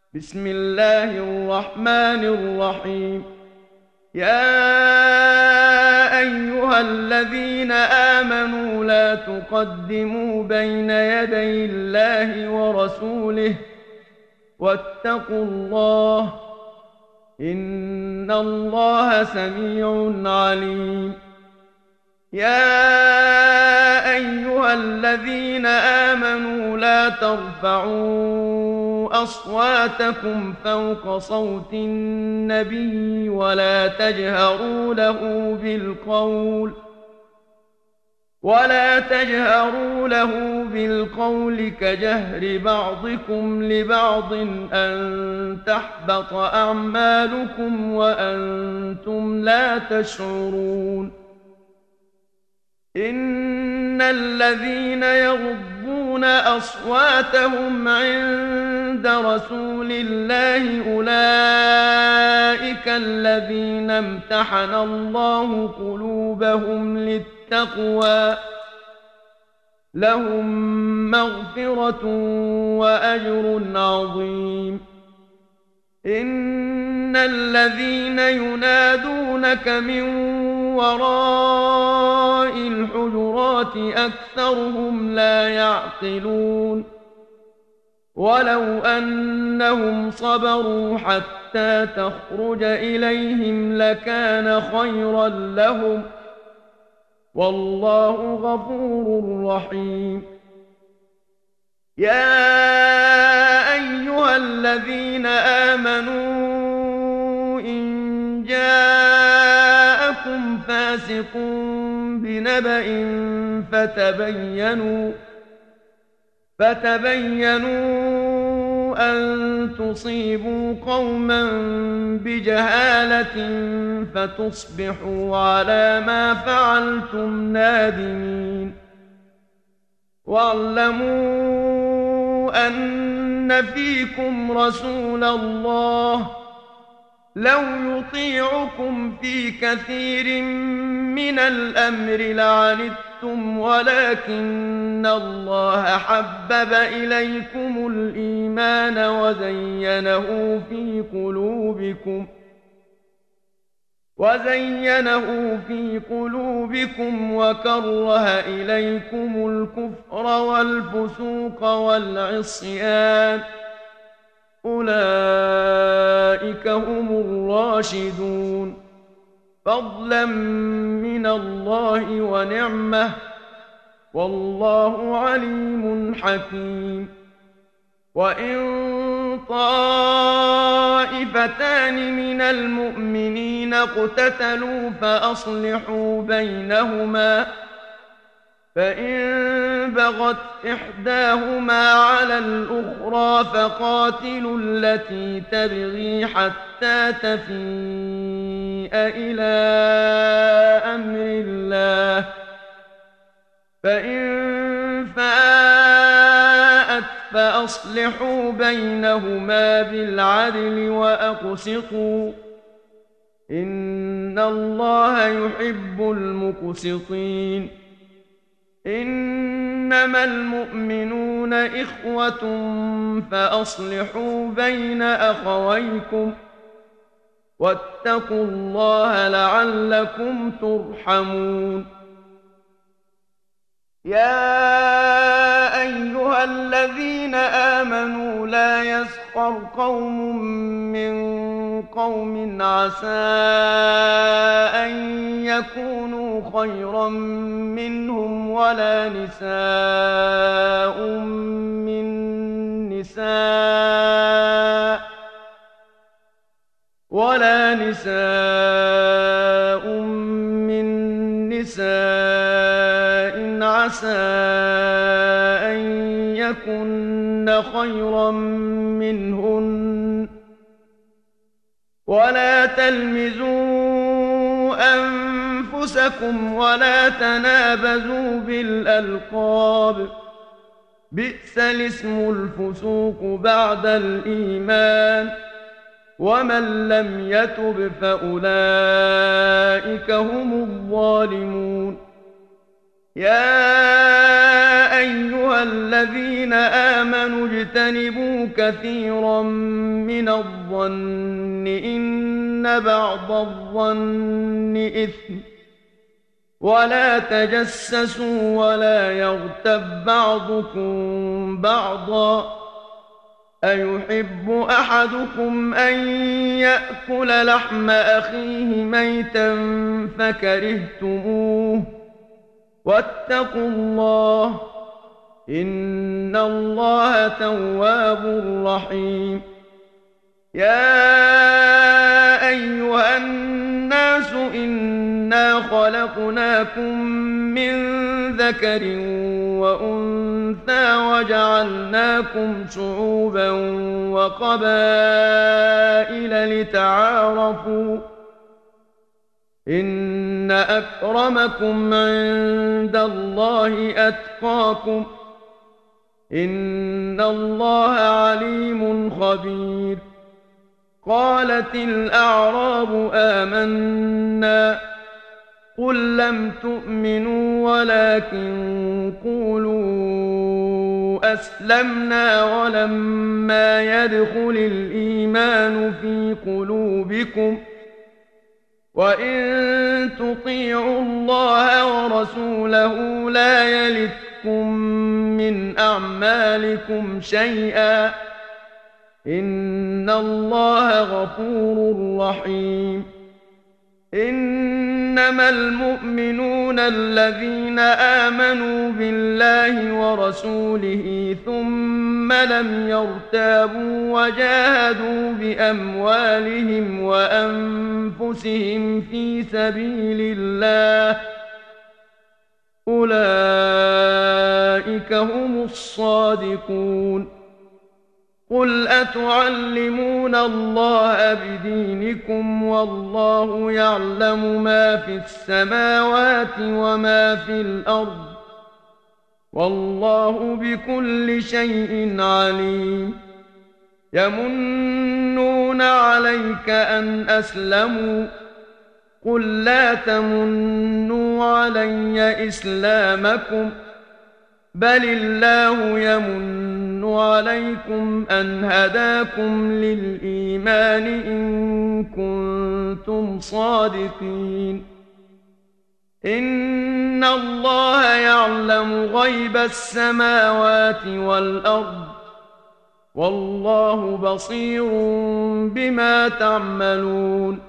بسم الله الرحمن الرحيم. يا أيها الذين آمنوا لا تقدموا بين يدي الله ورسوله واتقوا الله إن الله سميع عليم. يا أيها الذين آمنوا لا ترفعوا أصواتكم فوق صوت النبي ولا تجهروا له بالقول كجهر بعضكم لبعض أن تحبط أعمالكم وأنتم لا تشعرون. إن الذين يغضون أصواتهم عند رسول الله أولئك الذين امتحن الله قلوبهم للتقوى لهم مغفرة وأجر عظيم. إن الذين ينادونك من وراء الحجرات أكثرهم لا يعقلون. ولو أنهم صبروا حتى تخرج إليهم لكان خيرا لهم والله غفور رحيم. يا أيها الذين آمنوا إن جاءكم فاسق بنبأ فتبينوا أن تصيبوا قوما بجهالة فتصبحوا على ما فعلتم نادمين. واعلموا أن فيكم رسول الله لو يطيعكم في كثير من الأمر لعنتم ولكن الله حبب إليكم الإيمان وزينه في قلوبكم وكره إليكم الكفر والفسوق والعصيان أولئك هم الراشدون فضلا من الله ونعمة والله عليم حكيم. وإن طائفتان من المؤمنين اقتتلوا فأصلحوا بينهما فإن بغت إحداهما على الأخرى فقاتلوا التي تبغي حتى تفيء إلى أمر الله فإن فاءت فأصلحوا بينهما بالعدل وأقسطوا إن الله يحب المقسطين. إنما المؤمنون إخوة فأصلحوا بين أخويكم واتقوا الله لعلكم ترحمون. يا أيها الذين آمنوا لا يسخر قوم من قوم عسى أن يكونوا خيرا منهم ولا نساء من نساء عسى أن يكن خيرا منهن ولا تلمزوا أنفسكم ولا تنابزوا بالألقاب بئس الاسم الفسوق بعد الإيمان ومن لم يتب فأولئك هم الظالمون. يا أيها الذين آمنوا اجتنبوا كثيرا من الظن إن بعض الظن إثم ولا تجسسوا ولا يغتب بعضكم بعضا أيحب أحدكم أن يأكل لحم أخيه ميتا فكرهتموه واتقوا الله إن الله تواب رحيم يا أيها الناس إنا خلقناكم من ذكر وأنثى وجعلناكم شعوبا وقبائل لتعارفوا إن أكرمكم عند الله أتقاكم إن الله عليم خبير قالت الأعراب آمنا قل لم تؤمنوا ولكن قولوا أسلمنا ولما يدخل الإيمان في قلوبكم وإن تطيعوا الله ورسوله لا يلتكم من أعمالكم شيئا إن الله غفور رحيم إنما المؤمنون الذين آمنوا بالله ورسوله ثم لم يرتابوا وجاهدوا بأموالهم وأنفسهم في سبيل الله أولئك هم الصادقون قل أتعلمون الله بدينكم والله يعلم ما في السماوات وما في الأرض والله بكل شيء عليم يمنون عليك أن أسلموا قل لا تمنوا علي إسلامكم بل الله يمن عليكم أن هداكم للإيمان إن كنتم صادقين إن الله يعلم غيب السماوات والأرض والله بصير بما تعملون